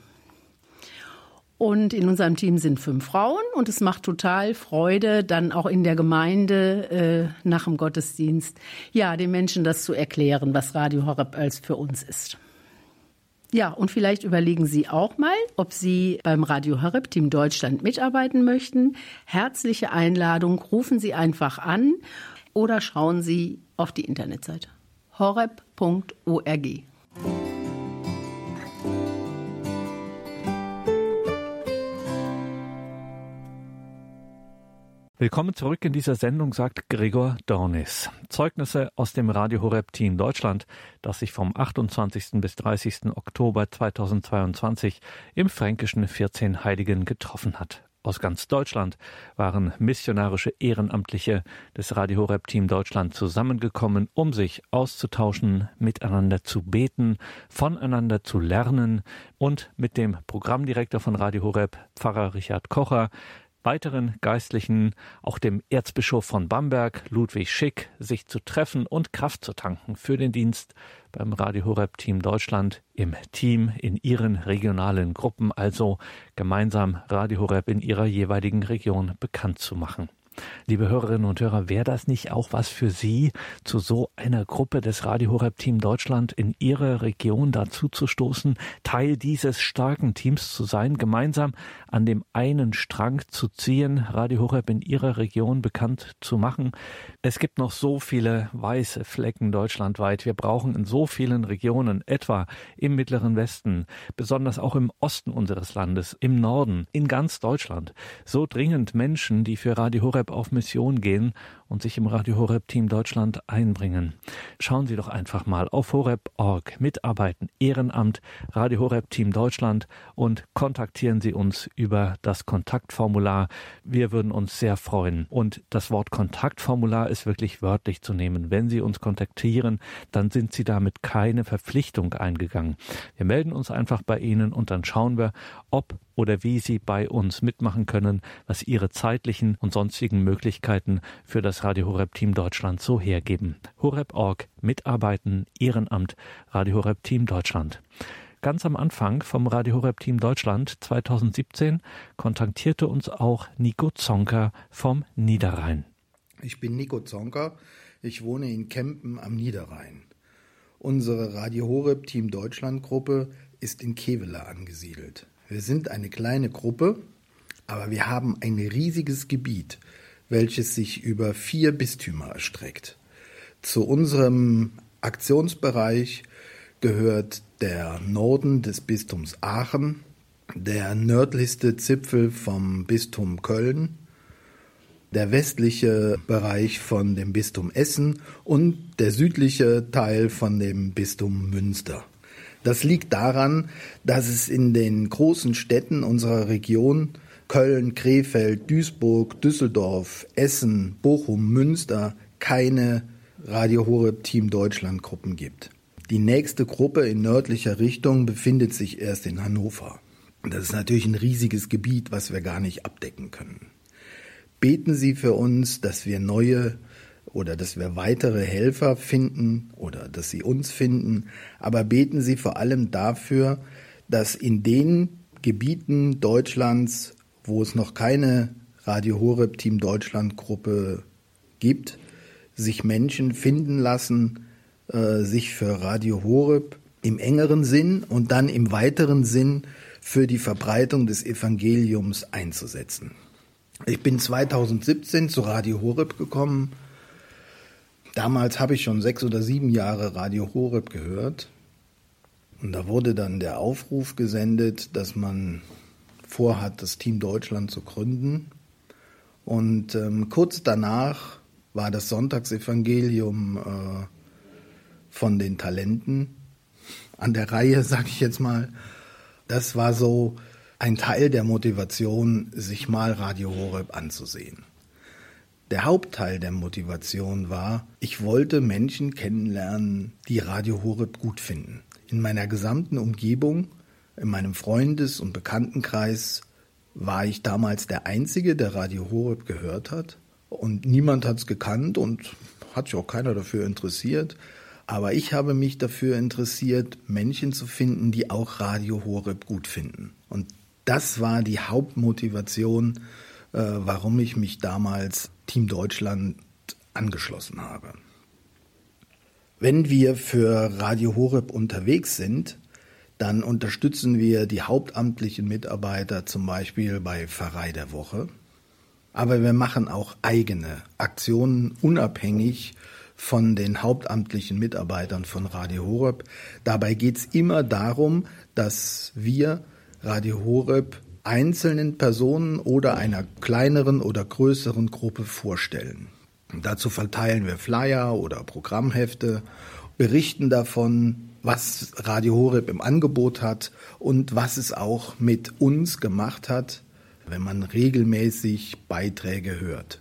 Speaker 5: Und in unserem Team sind fünf Frauen und es macht total Freude, dann auch in der Gemeinde äh, nach dem Gottesdienst, ja, den Menschen das zu erklären, was Radio Horeb als für uns ist. Ja, und vielleicht überlegen Sie auch mal, ob Sie beim Radio Horeb Team Deutschland mitarbeiten möchten. Herzliche Einladung, rufen Sie einfach an oder schauen Sie auf die Internetseite horeb punkt org.
Speaker 1: Willkommen zurück in dieser Sendung, sagt Gregor Dornis. Zeugnisse aus dem Radio Horeb Team Deutschland, das sich vom achtundzwanzigsten bis dreißigsten Oktober zweitausendzweiundzwanzig im fränkischen Vierzehnheiligen getroffen hat. Aus ganz Deutschland waren missionarische Ehrenamtliche des Radio Horeb Team Deutschland zusammengekommen, um sich auszutauschen, miteinander zu beten, voneinander zu lernen und mit dem Programmdirektor von Radio Horeb, Pfarrer Richard Kocher, weiteren Geistlichen, auch dem Erzbischof von Bamberg, Ludwig Schick, sich zu treffen und Kraft zu tanken für den Dienst beim Radio Horeb Team Deutschland im Team, in ihren regionalen Gruppen, also gemeinsam Radio Horeb in ihrer jeweiligen Region bekannt zu machen. Liebe Hörerinnen und Hörer, wäre das nicht auch was für Sie, zu so einer Gruppe des Radio Horeb Team Deutschland in Ihrer Region dazu zu stoßen, Teil dieses starken Teams zu sein, gemeinsam an dem einen Strang zu ziehen, Radio Horeb in Ihrer Region bekannt zu machen? Es gibt noch so viele weiße Flecken deutschlandweit. Wir brauchen in so vielen Regionen, etwa im Mittleren Westen, besonders auch im Osten unseres Landes, im Norden, in ganz Deutschland, so dringend Menschen, die für Radio Horeb auf Mission gehen und sich im Radio Horeb Team Deutschland einbringen. Schauen Sie doch einfach mal auf horeb punkt org, mitarbeiten, Ehrenamt, Radio Horeb Team Deutschland und kontaktieren Sie uns über das Kontaktformular. Wir würden uns sehr freuen. Und das Wort Kontaktformular ist wirklich wörtlich zu nehmen. Wenn Sie uns kontaktieren, dann sind Sie damit keine Verpflichtung eingegangen. Wir melden uns einfach bei Ihnen und dann schauen wir, ob oder wie Sie bei uns mitmachen können, was Ihre zeitlichen und sonstigen Möglichkeiten für das Radio Horeb Team Deutschland so hergeben. horeb punkt org, mitarbeiten, Ehrenamt, Radio Horeb Team Deutschland. Ganz am Anfang vom Radio Horeb Team Deutschland zweitausendsiebzehn kontaktierte uns auch Nico Zonker vom Niederrhein.
Speaker 6: Ich bin Nico Zonker, ich wohne in Kempen am Niederrhein. Unsere Radio Horeb Team Deutschland Gruppe ist in Kevela angesiedelt. Wir sind eine kleine Gruppe, aber wir haben ein riesiges Gebiet, welches sich über vier Bistümer erstreckt. Zu unserem Aktionsbereich gehört der Norden des Bistums Aachen, der nördlichste Zipfel vom Bistum Köln, der westliche Bereich von dem Bistum Essen und der südliche Teil von dem Bistum Münster. Das liegt daran, dass es in den großen Städten unserer Region Köln, Krefeld, Duisburg, Düsseldorf, Essen, Bochum, Münster keine Radio Horeb Team Deutschland Gruppen gibt. Die nächste Gruppe in nördlicher Richtung befindet sich erst in Hannover. Das ist natürlich ein riesiges Gebiet, was wir gar nicht abdecken können. Beten Sie für uns, dass wir neue oder dass wir weitere Helfer finden oder dass Sie uns finden, aber beten Sie vor allem dafür, dass in den Gebieten Deutschlands, wo es noch keine Radio Horeb Team Deutschland Gruppe gibt, sich Menschen finden lassen, äh, sich für Radio Horeb im engeren Sinn und dann im weiteren Sinn für die Verbreitung des Evangeliums einzusetzen. Ich bin zweitausendsiebzehn zu Radio Horeb gekommen. Damals habe ich schon sechs oder sieben Jahre Radio Horeb gehört. Und da wurde dann der Aufruf gesendet, dass man vorhat, das Team Deutschland zu gründen. Und ähm, kurz danach war das Sonntagsevangelium äh, von den Talenten an der Reihe, sage ich jetzt mal. Das war so ein Teil der Motivation, sich mal Radio Horeb anzusehen. Der Hauptteil der Motivation war, ich wollte Menschen kennenlernen, die Radio Horeb gut finden. In meiner gesamten Umgebung, in meinem Freundes- und Bekanntenkreis war ich damals der Einzige, der Radio Horeb gehört hat. Und niemand hat es gekannt und hat sich auch keiner dafür interessiert. Aber ich habe mich dafür interessiert, Menschen zu finden, die auch Radio Horeb gut finden. Und das war die Hauptmotivation, äh, warum ich mich damals Team Deutschland angeschlossen habe. Wenn wir für Radio Horeb unterwegs sind, dann unterstützen wir die hauptamtlichen Mitarbeiter zum Beispiel bei Pfarrei der Woche. Aber wir machen auch eigene Aktionen unabhängig von den hauptamtlichen Mitarbeitern von Radio Horeb. Dabei geht es immer darum, dass wir Radio Horeb einzelnen Personen oder einer kleineren oder größeren Gruppe vorstellen. Und dazu verteilen wir Flyer oder Programmhefte, berichten davon, was Radio Horeb im Angebot hat und was es auch mit uns gemacht hat, wenn man regelmäßig Beiträge hört.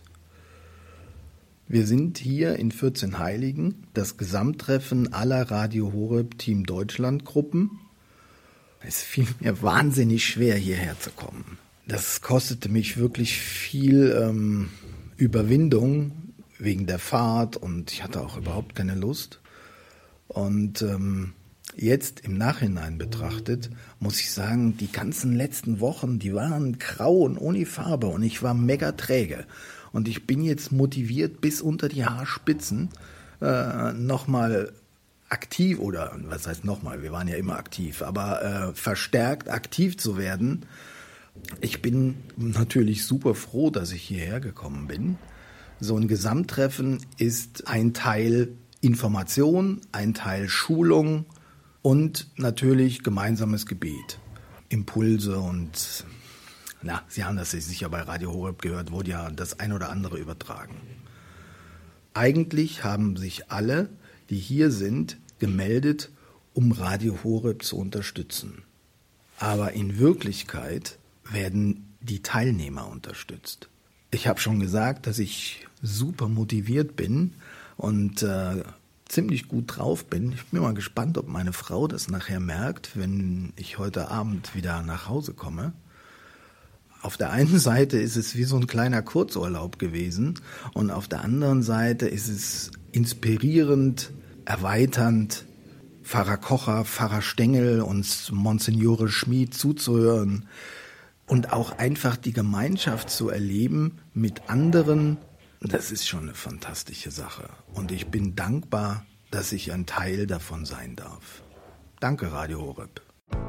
Speaker 6: Wir sind hier in Vierzehnheiligen, das Gesamttreffen aller Radio Horeb Team Deutschland Gruppen. Es fiel mir wahnsinnig schwer, hierher zu kommen. Das kostete mich wirklich viel ähm, Überwindung wegen der Fahrt und ich hatte auch überhaupt keine Lust. Und ähm, jetzt im Nachhinein betrachtet, muss ich sagen, die ganzen letzten Wochen, die waren grau und ohne Farbe und ich war mega träge. Und ich bin jetzt motiviert bis unter die Haarspitzen äh, nochmal aktiv, oder was heißt nochmal, wir waren ja immer aktiv, aber äh, verstärkt aktiv zu werden. Ich bin natürlich super froh, dass ich hierher gekommen bin. So ein Gesamttreffen ist ein Teil Information, ein Teil Schulung und natürlich gemeinsames Gebet. Impulse und, na, Sie haben das sicher bei Radio Horeb gehört, wurde ja das ein oder andere übertragen. Eigentlich haben sich alle, die hier sind, gemeldet, um Radio Horeb zu unterstützen. Aber in Wirklichkeit werden die Teilnehmer unterstützt. Ich habe schon gesagt, dass ich super motiviert bin und äh, ziemlich gut drauf bin. Ich bin mal gespannt, ob meine Frau das nachher merkt, wenn ich heute Abend wieder nach Hause komme. Auf der einen Seite ist es wie so ein kleiner Kurzurlaub gewesen und auf der anderen Seite ist es inspirierend, erweiternd, Pfarrer Kocher, Pfarrer Stengel und Monsignore Schmid zuzuhören und auch einfach die Gemeinschaft zu erleben mit anderen. Das ist schon eine fantastische Sache und ich bin dankbar, dass ich ein Teil davon sein darf. Danke, Radio Horeb.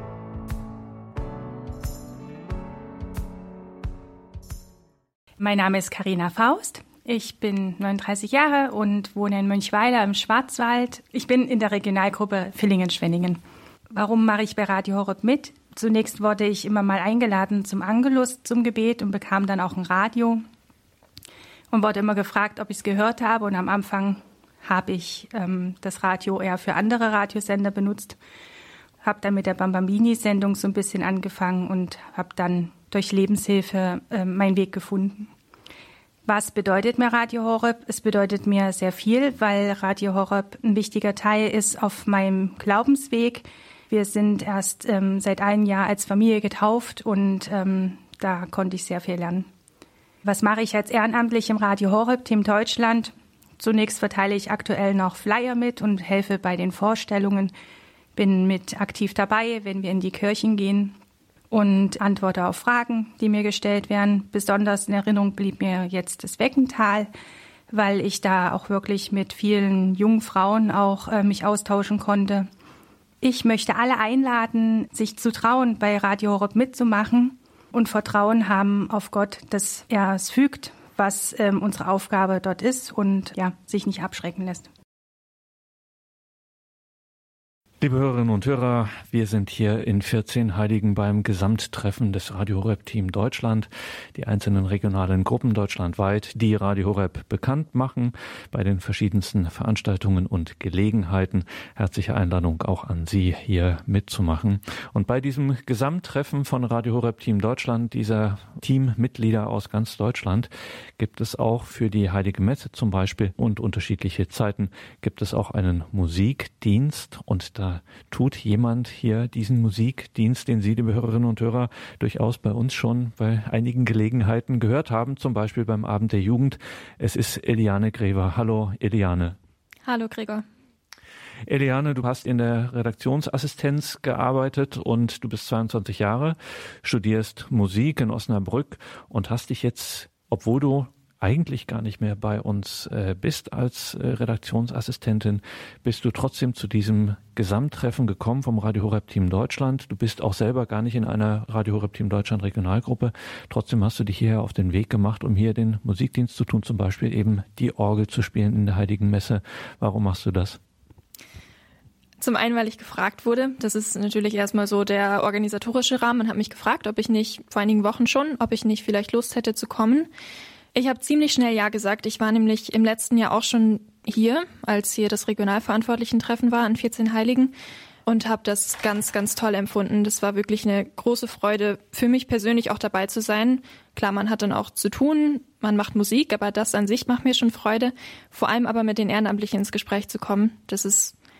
Speaker 7: Mein Name ist Carina Faust. Ich bin neununddreißig Jahre und wohne in Mönchweiler im Schwarzwald. Ich bin in der Regionalgruppe Villingen-Schwenningen. Warum mache ich bei Radio Horeb mit? Zunächst wurde ich immer mal eingeladen zum Angelus, zum Gebet und bekam dann auch ein Radio und wurde immer gefragt, ob ich es gehört habe. Und am Anfang habe ich ähm, das Radio eher für andere Radiosender benutzt, habe dann mit der Bambambini-Sendung so ein bisschen angefangen und habe dann durch Lebenshilfe äh, meinen Weg gefunden. Was bedeutet mir Radio Horeb? Es bedeutet mir sehr viel, weil Radio Horeb ein wichtiger Teil ist auf meinem Glaubensweg. Wir sind erst ähm, seit einem Jahr als Familie getauft und ähm, da konnte ich sehr viel lernen. Was mache ich als ehrenamtlich im Radio Horeb Team Deutschland? Zunächst verteile ich aktuell noch Flyer mit und helfe bei den Vorstellungen. Bin mit aktiv dabei, wenn wir in die Kirchen gehen und antworte auf Fragen, die mir gestellt werden. Besonders in Erinnerung blieb mir jetzt das Weckental, weil ich da auch wirklich mit vielen jungen Frauen auch äh, mich austauschen konnte. Ich möchte alle einladen, sich zu trauen, bei Radio Horeb mitzumachen und Vertrauen haben auf Gott, dass er es fügt, was ähm, unsere Aufgabe dort ist und ja, sich nicht abschrecken lässt.
Speaker 1: Liebe Hörerinnen und Hörer, wir sind hier in vierzehnheiligen beim Gesamttreffen des Radio Horeb Team Deutschland. Die einzelnen regionalen Gruppen deutschlandweit, die Radio Horeb bekannt machen bei den verschiedensten Veranstaltungen und Gelegenheiten. Herzliche Einladung auch an Sie, hier mitzumachen. Und bei diesem Gesamttreffen von Radio Horeb Team Deutschland, dieser Teammitglieder aus ganz Deutschland, gibt es auch für die Heilige Messe zum Beispiel und unterschiedliche Zeiten gibt es auch einen Musikdienst und da tut jemand hier diesen Musikdienst, den Sie, liebe Hörerinnen und Hörer, durchaus bei uns schon bei einigen Gelegenheiten gehört haben, zum Beispiel beim Abend der Jugend. Es ist Eliane Grever. Hallo, Eliane.
Speaker 8: Hallo, Gregor.
Speaker 1: Eliane, du hast in der Redaktionsassistenz gearbeitet und du bist zweiundzwanzig Jahre, studierst Musik in Osnabrück und hast dich jetzt, obwohl du eigentlich gar nicht mehr bei uns äh, bist als äh, Redaktionsassistentin, bist du trotzdem zu diesem Gesamttreffen gekommen vom Radio Horeb Team Deutschland. Du bist auch selber gar nicht in einer Radio Horeb Team Deutschland Regionalgruppe. Trotzdem hast du dich hierher auf den Weg gemacht, um hier den Musikdienst zu tun, zum Beispiel eben die Orgel zu spielen in der Heiligen Messe. Warum machst du das?
Speaker 8: Zum einen, weil ich gefragt wurde. Das ist natürlich erstmal so der organisatorische Rahmen. Man hat mich gefragt, ob ich nicht, vor einigen Wochen schon, ob ich nicht vielleicht Lust hätte zu kommen. Ich habe ziemlich schnell Ja gesagt. Ich war nämlich im letzten Jahr auch schon hier, als hier das Regionalverantwortlichen-Treffen war an vierzehnheiligen und habe das ganz, ganz toll empfunden. Das war wirklich eine große Freude für mich persönlich auch dabei zu sein. Klar, man hat dann auch zu tun, man macht Musik, aber das an sich macht mir schon Freude. Vor allem aber mit den Ehrenamtlichen ins Gespräch zu kommen, das ist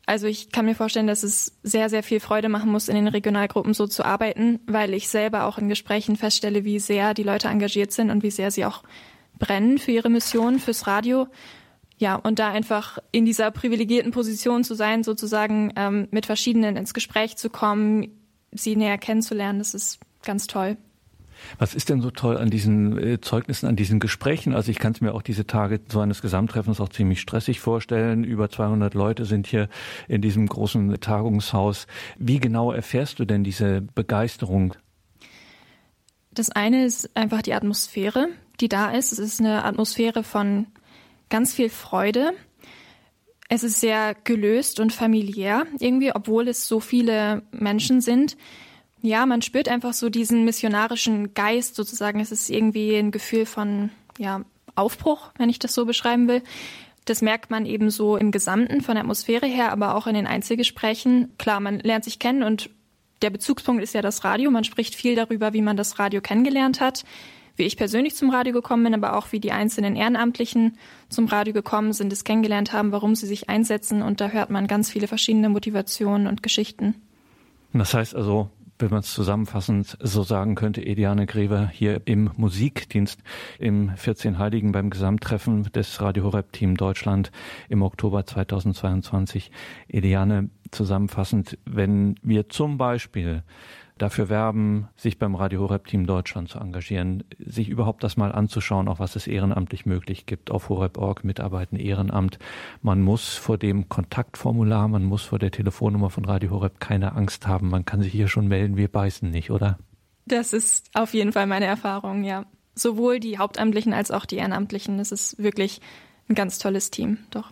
Speaker 8: Also ich kann mir vorstellen, dass es sehr, sehr viel Freude machen muss, in den Regionalgruppen so zu arbeiten, weil ich selber auch in Gesprächen feststelle, wie sehr die Leute engagiert sind und wie sehr sie auch brennen für ihre Mission, fürs Radio. Ja, und da einfach in dieser privilegierten Position zu sein, sozusagen ähm, mit Verschiedenen ins Gespräch zu kommen, sie näher kennenzulernen, das ist ganz toll.
Speaker 1: Was ist denn so toll an diesen äh, Zeugnissen, an diesen Gesprächen? Also ich kann es mir auch diese Tage so eines Gesamttreffens auch ziemlich stressig vorstellen. Über zweihundert Leute sind hier in diesem großen Tagungshaus. Wie genau erfährst du denn diese Begeisterung?
Speaker 8: Das eine ist einfach die Atmosphäre, die da ist. Es ist eine Atmosphäre von ganz viel Freude. Es ist sehr gelöst und familiär irgendwie, obwohl es so viele Menschen sind. Ja, man spürt einfach so diesen missionarischen Geist sozusagen. Es ist irgendwie ein Gefühl von ja, Aufbruch, wenn ich das so beschreiben will. Das merkt man eben so im Gesamten von der Atmosphäre her, aber auch in den Einzelgesprächen. Klar, man lernt sich kennen und der Bezugspunkt ist ja das Radio. Man spricht viel darüber, wie man das Radio kennengelernt hat, wie ich persönlich zum Radio gekommen bin, aber auch wie die einzelnen Ehrenamtlichen zum Radio gekommen sind, es kennengelernt haben, warum sie sich einsetzen. Und da hört man ganz viele verschiedene Motivationen und Geschichten.
Speaker 1: Das heißt also, wenn man es zusammenfassend so sagen könnte, Ediane Grewe hier im Musikdienst im vierzehn Heiligen beim Gesamttreffen des Radio Horeb Team Deutschland im Oktober zweitausendzweiundzwanzig. Ediane, zusammenfassend, wenn wir zum Beispiel dafür werben, sich beim Radio Horeb Team Deutschland zu engagieren, sich überhaupt das mal anzuschauen, auch was es ehrenamtlich möglich gibt, auf horeb punkt org, Mitarbeiten Ehrenamt. Man muss vor dem Kontaktformular, man muss vor der Telefonnummer von Radio Horeb keine Angst haben. Man kann sich hier schon melden, wir beißen nicht, oder?
Speaker 8: Das ist auf jeden Fall meine Erfahrung, ja. Sowohl die Hauptamtlichen als auch die Ehrenamtlichen. Das ist wirklich ein ganz tolles Team, doch.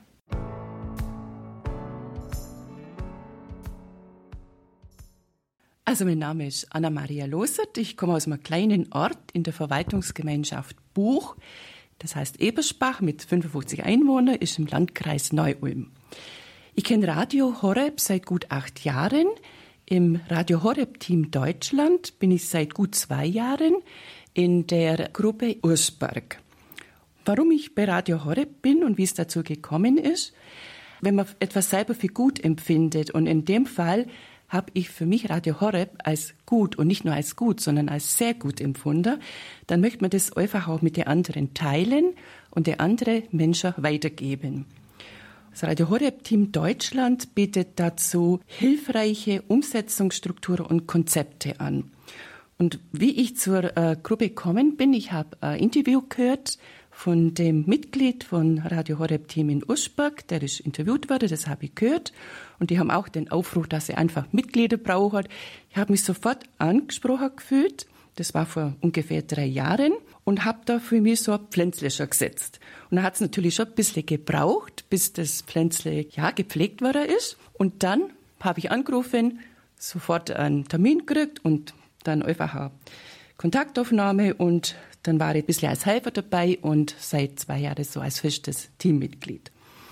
Speaker 9: Also mein Name ist Anna-Maria Losert. Ich komme aus einem kleinen Ort in der Verwaltungsgemeinschaft Buch. Das heißt Ebersbach mit fünfundfünfzig Einwohnern, ist im Landkreis Neu-Ulm. Ich kenne Radio Horeb seit gut acht Jahren. Im Radio Horeb Team Deutschland bin ich seit gut zwei Jahren in der Gruppe Ursberg. Warum ich bei Radio Horeb bin und wie es dazu gekommen ist, wenn man etwas selber für gut empfindet, und in dem Fall habe ich für mich Radio Horeb als gut und nicht nur als gut, sondern als sehr gut empfunden, dann möchte man das einfach auch mit den anderen teilen und den anderen Menschen weitergeben. Das Radio Horeb Team Deutschland bietet dazu hilfreiche Umsetzungsstrukturen und Konzepte an. Und wie ich zur äh, Gruppe gekommen bin, ich habe ein Interview gehört von dem Mitglied von Radio Horeb Team in Ursberg, der ist interviewt worden, das habe ich gehört. Und die haben auch den Aufruf, dass sie einfach Mitglieder brauchen. Ich habe mich sofort angesprochen gefühlt, das war vor ungefähr drei Jahren, und habe da für mich so ein Pflänzle schon gesetzt. Und dann hat es natürlich schon ein bisschen gebraucht, bis das Pflänzle ja, gepflegt worden ist. Und dann habe ich angerufen, sofort einen Termin gekriegt und dann einfach eine Kontaktaufnahme, und dann war ich ein bisschen als Helfer dabei und seit zwei Jahren so als festes Teammitglied.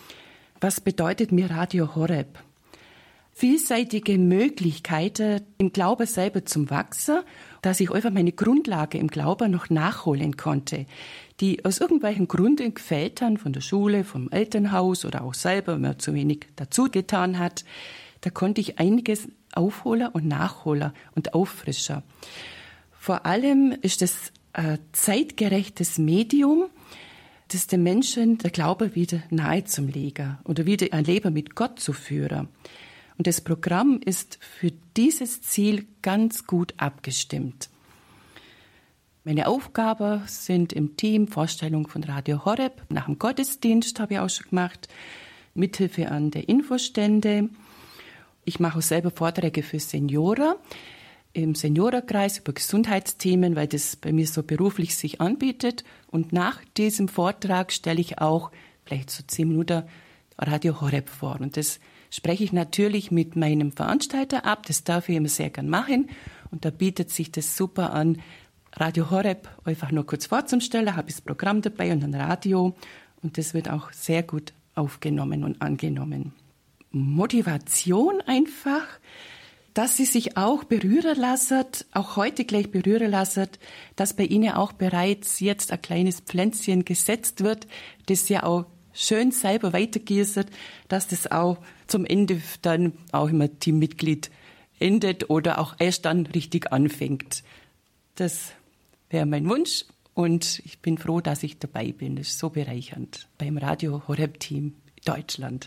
Speaker 9: Was bedeutet mir Radio Horeb? Vielseitige Möglichkeiten im Glauben selber zum Wachsen, dass ich einfach meine Grundlage im Glauben noch nachholen konnte, die aus irgendwelchen Gründen gefehlt haben, von der Schule, vom Elternhaus oder auch selber, wenn man zu wenig dazu getan hat. Da konnte ich einiges aufholen und nachholen und auffrischen. Vor allem ist das ein zeitgerechtes Medium, das den Menschen der Glaube wieder nahe zum legen oder wieder ein Leben mit Gott zu führen. Und das Programm ist für dieses Ziel ganz gut abgestimmt. Meine Aufgaben sind im Team Vorstellung von Radio Horeb. Nach dem Gottesdienst habe ich auch schon gemacht, Mithilfe an der Infostände. Ich mache auch selber Vorträge für Senioren im Seniorenkreis über Gesundheitsthemen, weil das bei mir so beruflich sich anbietet. Und nach diesem Vortrag stelle ich auch vielleicht so zehn Minuten Radio Horeb vor. Und das spreche ich natürlich mit meinem Veranstalter ab. Das darf ich immer sehr gern machen. Und da bietet sich das super an, Radio Horeb einfach nur kurz vorzustellen. Habe ich das Programm dabei und ein Radio. Und das wird auch sehr gut aufgenommen und angenommen. Motivation einfach, dass sie sich auch berühren lassen, auch heute gleich berühren lassen, dass bei ihnen auch bereits jetzt ein kleines Pflänzchen gesetzt wird, das ja auch schön selber weitergießt, dass das auch zum Ende dann auch immer Teammitglied endet oder auch erst dann richtig anfängt. Das wäre mein Wunsch und ich bin froh, dass ich dabei bin. Das ist so bereichernd beim Radio Horeb Team Deutschland.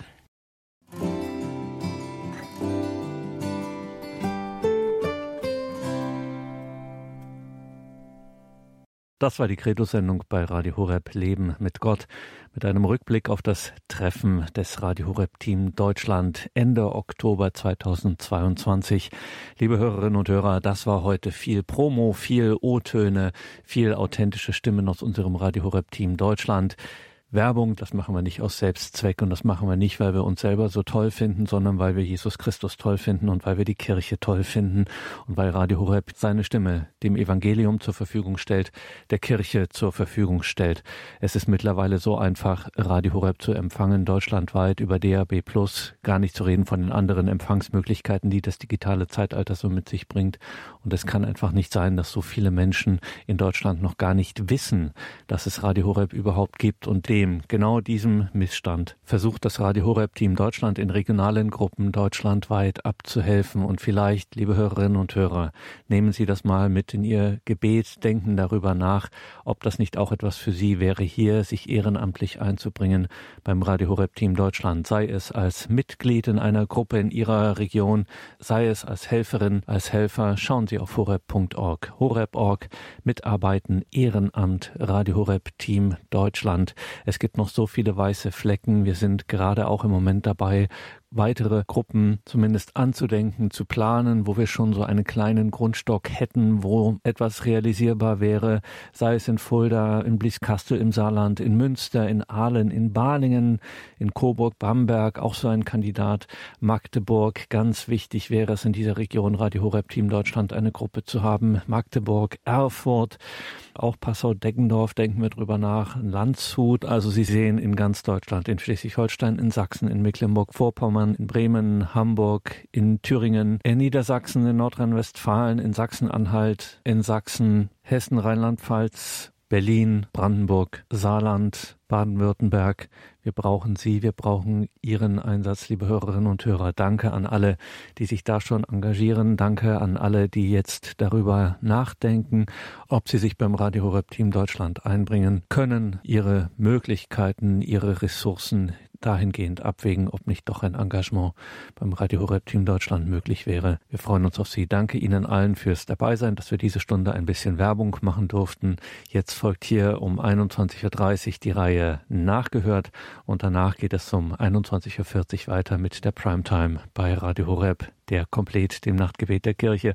Speaker 1: Das war die Credo-Sendung bei Radio Horeb Leben mit Gott, mit einem Rückblick auf das Treffen des Radio Horeb Team Deutschland Ende Oktober zweitausendzweiundzwanzig. Liebe Hörerinnen und Hörer, das war heute viel Promo, viel O-Töne, viel authentische Stimmen aus unserem Radio Horeb Team Deutschland. Werbung, das machen wir nicht aus Selbstzweck und das machen wir nicht, weil wir uns selber so toll finden, sondern weil wir Jesus Christus toll finden und weil wir die Kirche toll finden und weil Radio Horeb seine Stimme dem Evangelium zur Verfügung stellt, der Kirche zur Verfügung stellt. Es ist mittlerweile so einfach, Radio Horeb zu empfangen, deutschlandweit über D A B plus, gar nicht zu reden von den anderen Empfangsmöglichkeiten, die das digitale Zeitalter so mit sich bringt. Und es kann einfach nicht sein, dass so viele Menschen in Deutschland noch gar nicht wissen, dass es Radio Horeb überhaupt gibt und dem Genau diesem Missstand versucht das Radio Horeb Team Deutschland in regionalen Gruppen deutschlandweit abzuhelfen. Und vielleicht, liebe Hörerinnen und Hörer, nehmen Sie das mal mit in Ihr Gebet, denken darüber nach, ob das nicht auch etwas für Sie wäre, hier sich ehrenamtlich einzubringen beim Radio Horeb Team Deutschland. Sei es als Mitglied in einer Gruppe in Ihrer Region, sei es als Helferin, als Helfer. Schauen Sie auf horeb punkt org. horeb punkt org, Mitarbeiten, Ehrenamt, Radio Horeb Team Deutschland. Es gibt noch so viele weiße Flecken. Wir sind gerade auch im Moment dabei, weitere Gruppen zumindest anzudenken, zu planen, wo wir schon so einen kleinen Grundstock hätten, wo etwas realisierbar wäre, sei es in Fulda, in Blieskastel im Saarland, in Münster, in Aalen, in Balingen, in Coburg, Bamberg, auch so ein Kandidat, Magdeburg. Ganz wichtig wäre es in dieser Region, Radio Horeb Team Deutschland, eine Gruppe zu haben. Magdeburg, Erfurt, auch Passau-Deggendorf, denken wir drüber nach, Landshut. Also Sie sehen in ganz Deutschland, in Schleswig-Holstein, in Sachsen, in Mecklenburg-Vorpommern, in Bremen, Hamburg, in Thüringen, in Niedersachsen, in Nordrhein-Westfalen, in Sachsen-Anhalt, in Sachsen, Hessen, Rheinland-Pfalz, Berlin, Brandenburg, Saarland, Baden-Württemberg. Wir brauchen Sie, wir brauchen Ihren Einsatz, liebe Hörerinnen und Hörer. Danke an alle, die sich da schon engagieren. Danke an alle, die jetzt darüber nachdenken, ob sie sich beim Radio Horeb Team Deutschland einbringen können, ihre Möglichkeiten, ihre Ressourcen dahingehend abwägen, ob nicht doch ein Engagement beim Radio Horeb Team Deutschland möglich wäre. Wir freuen uns auf Sie. Danke Ihnen allen fürs Dabeisein, dass wir diese Stunde ein bisschen Werbung machen durften. Jetzt folgt hier um einundzwanzig Uhr dreißig die Reihe Nachgehört und danach geht es um einundzwanzig Uhr vierzig weiter mit der Primetime bei Radio Horeb, der Komplet, dem Nachtgebet der Kirche.